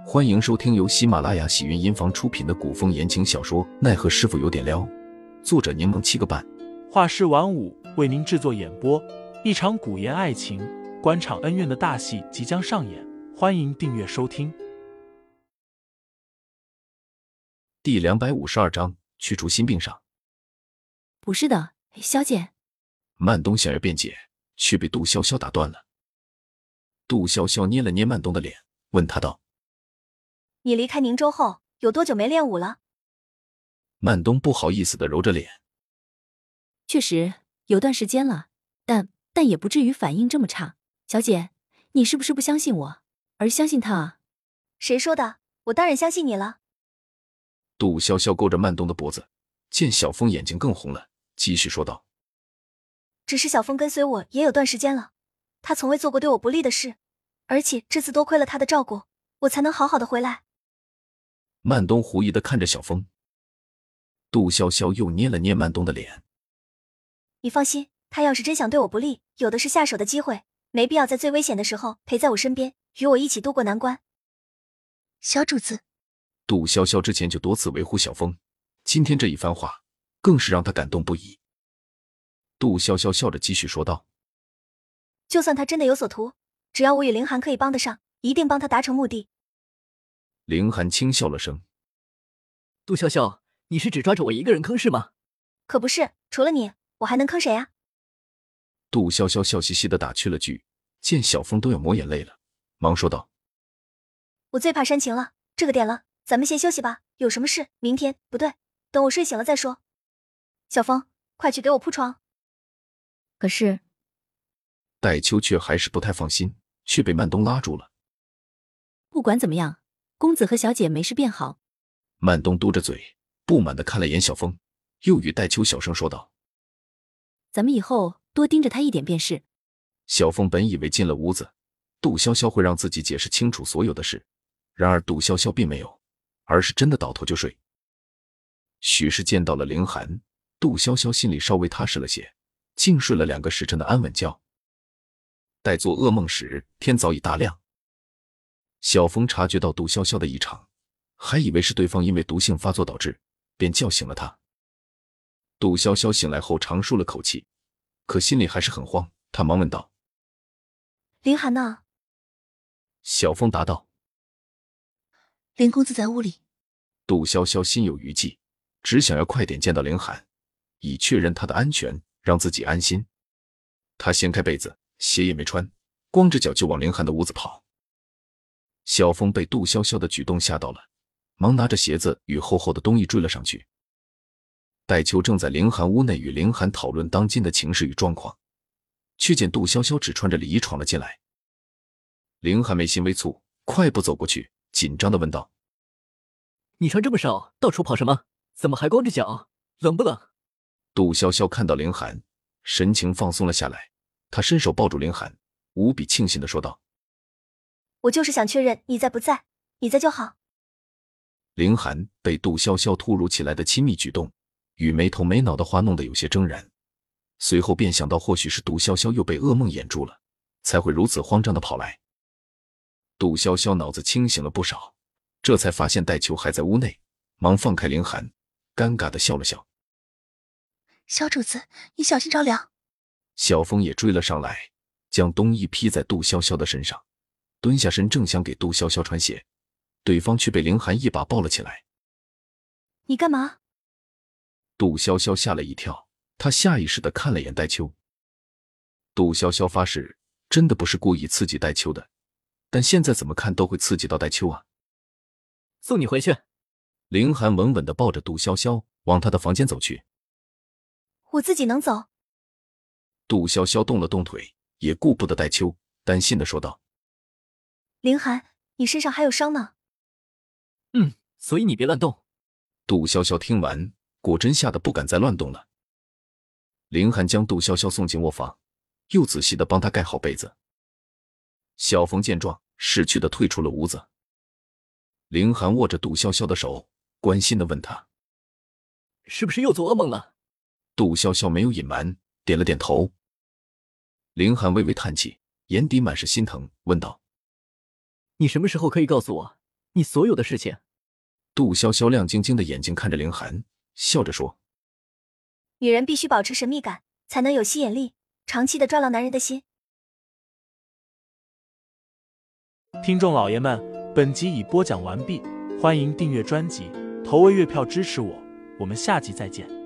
欢迎收听由喜马拉雅喜云音房出品的古风言情小说《奈何师傅有点撩》，作者柠檬七个半， 画师晚舞为您制作演播。一场古言爱情、官场恩怨的大戏即将上演，欢迎订阅收听。 第252章，去除心病上。 不是的，小姐。 曼东想要辩解，却被杜潇潇打断了。杜潇潇捏了捏曼东的脸，问他道： 你离开宁州后有多久没练武了？ 曼东不好意思地揉着脸。 确实有段时间了，但也不至于反应这么差。小姐，你是不是不相信我，而相信他啊？ 谁说的？我当然相信你了。 杜潇潇勾着曼东的脖子，见小峰眼睛更红了，继续说道： 只是小峰跟随我也有段时间了，他从未做过对我不利的事，而且这次多亏了他的照顾，我才能好好的回来。 曼东狐疑地看着小峰。杜潇潇又捏了捏曼东的脸。 你放心，他要是真想对我不利，有的是下手的机会，没必要在最危险的时候陪在我身边，与我一起渡过难关。 小主子。 杜潇潇之前就多次维护小峰，今天这一番话更是让他感动不已。杜潇潇笑着继续说道： 就算他真的有所图，只要我与凌寒可以帮得上，一定帮他达成目的。 凌寒轻笑了声： 杜潇潇，你是只抓着我一个人坑是吗？ 可不是，除了你我还能坑谁啊？ 杜潇潇笑嘻嘻地打趣了句，见小峰都要抹眼泪了，忙说道： 我最怕煽情了，这个点了，咱们先休息吧，有什么事明天不对，等我睡醒了再说。小峰，快去给我铺床。 可是戴秋却还是不太放心，却被曼东拉住了。 不管怎么样，公子和小姐没事便好。 曼东嘟着嘴，不满地看了眼小峰，又与戴秋小声说道： 咱们以后多盯着他一点便是。 小峰本以为进了屋子，杜潇潇会让自己解释清楚所有的事，然而杜潇潇并没有，而是真的倒头就睡。许是见到了凌寒，杜潇潇心里稍微踏实了些，竟睡了2个时辰的安稳觉。待做噩梦时，天早已大亮。小峰察觉到杜潇潇的异常，还以为是对方因为毒性发作导致，便叫醒了他。杜潇潇醒来后长舒了口气，可心里还是很慌，他忙问道： 凌寒呢？ 小峰答道： 凌公子在屋里。 杜潇潇心有余悸，只想要快点见到凌寒，以确认他的安全，让自己安心。他掀开被子，鞋也没穿，光着脚就往凌寒的屋子跑。小峰被杜潇潇的举动吓到了，忙拿着鞋子与厚厚的冬衣追了上去。戴秋正在凌寒屋内与凌寒讨论当今的情势与状况，却见杜潇潇只穿着里衣闯了进来。凌寒眉心微蹙，快步走过去，紧张地问道： 你穿这么少，到处跑什么？怎么还光着脚？冷不冷？ 杜潇潇看到凌寒，神情放松了下来，他伸手抱住凌寒，无比庆幸地说道： 我就是想确认你在不在，你在就好。 凌寒被杜潇潇突如其来的亲密举动与没头没脑的话弄得有些怔然，随后便想到或许是杜潇潇又被噩梦魇住了，才会如此慌张地跑来。杜潇潇脑子清醒了不少，这才发现戴秋还在屋内，忙放开凌寒，尴尬地笑了笑： 小主子，你小心着凉。 小峰也追了上来，将冬衣披在杜潇潇的身上，蹲下身正想给杜潇潇穿鞋，对方却被凌寒一把抱了起来。 你干嘛？ 杜潇潇吓了一跳，她下意识地看了眼戴秋。杜潇潇发誓真的不是故意刺激戴秋的，但现在怎么看都会刺激到戴秋啊。 送你回去。 凌寒稳稳地抱着杜潇潇往他的房间走去。 我自己能走。 杜潇潇动了动腿，也顾不得戴秋，担心地说道： 凌寒，你身上还有伤呢。 所以你别乱动。 杜潇潇听完，果真吓得不敢再乱动了。凌寒将杜潇潇送进卧房，又仔细地帮她盖好被子。小峰见状，识趣地退出了屋子。凌寒握着杜潇潇的手，关心地问她： 是不是又做噩梦了？ 杜潇潇没有隐瞒，点了点头。凌寒微微叹气，眼底满是心疼，问道： 你什么时候可以告诉我， 你所有的事情。 杜潇潇亮晶晶的眼睛看着凌寒，笑着说： 女人必须保持神秘感，才能有吸引力，长期的抓牢男人的心。 听众老爷们，本集已播讲完毕，欢迎订阅专辑，投喂月票支持我，我们下集再见。